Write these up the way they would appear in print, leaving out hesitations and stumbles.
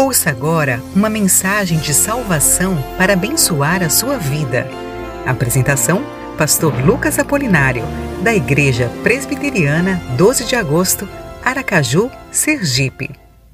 Ouça agora uma mensagem de salvação para abençoar a sua vida. Apresentação: Pastor Lucas Apolinário, da Igreja Presbiteriana 12 de Agosto, Aracaju, Sergipe.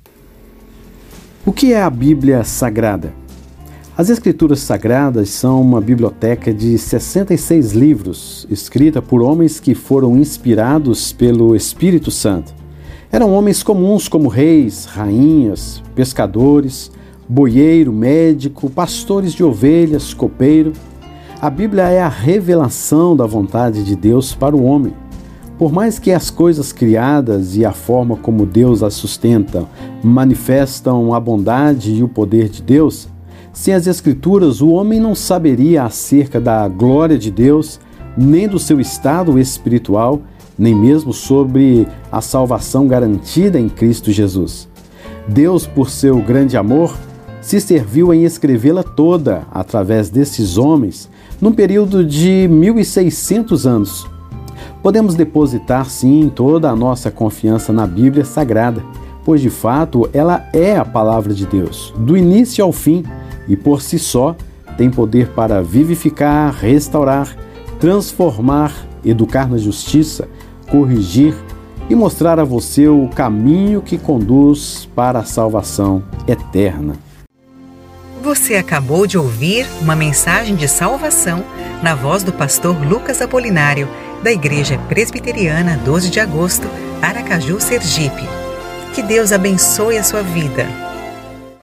O que é a Bíblia Sagrada? As Escrituras Sagradas são uma biblioteca de 66 livros, escrita por homens que foram inspirados pelo Espírito Santo. Eram homens comuns como reis, rainhas, pescadores, boieiro, médico, pastores de ovelhas, copeiro. A Bíblia é a revelação da vontade de Deus para o homem. Por mais que as coisas criadas e a forma como Deus as sustenta manifestam a bondade e o poder de Deus, sem as Escrituras o homem não saberia acerca da glória de Deus, nem do seu estado espiritual, nem mesmo sobre a salvação garantida em Cristo Jesus. Deus, por seu grande amor, se serviu em escrevê-la toda através desses homens num período de 1600 anos. Podemos depositar, sim, toda a nossa confiança na Bíblia Sagrada, pois, de fato, ela é a palavra de Deus, do início ao fim, e por si só tem poder para vivificar, restaurar, transformar, educar na justiça, corrigir e mostrar a você o caminho que conduz para a salvação eterna. Você acabou de ouvir uma mensagem de salvação na voz do pastor Lucas Apolinário, da Igreja Presbiteriana 12 de Agosto, Aracaju, Sergipe. Que Deus abençoe a sua vida.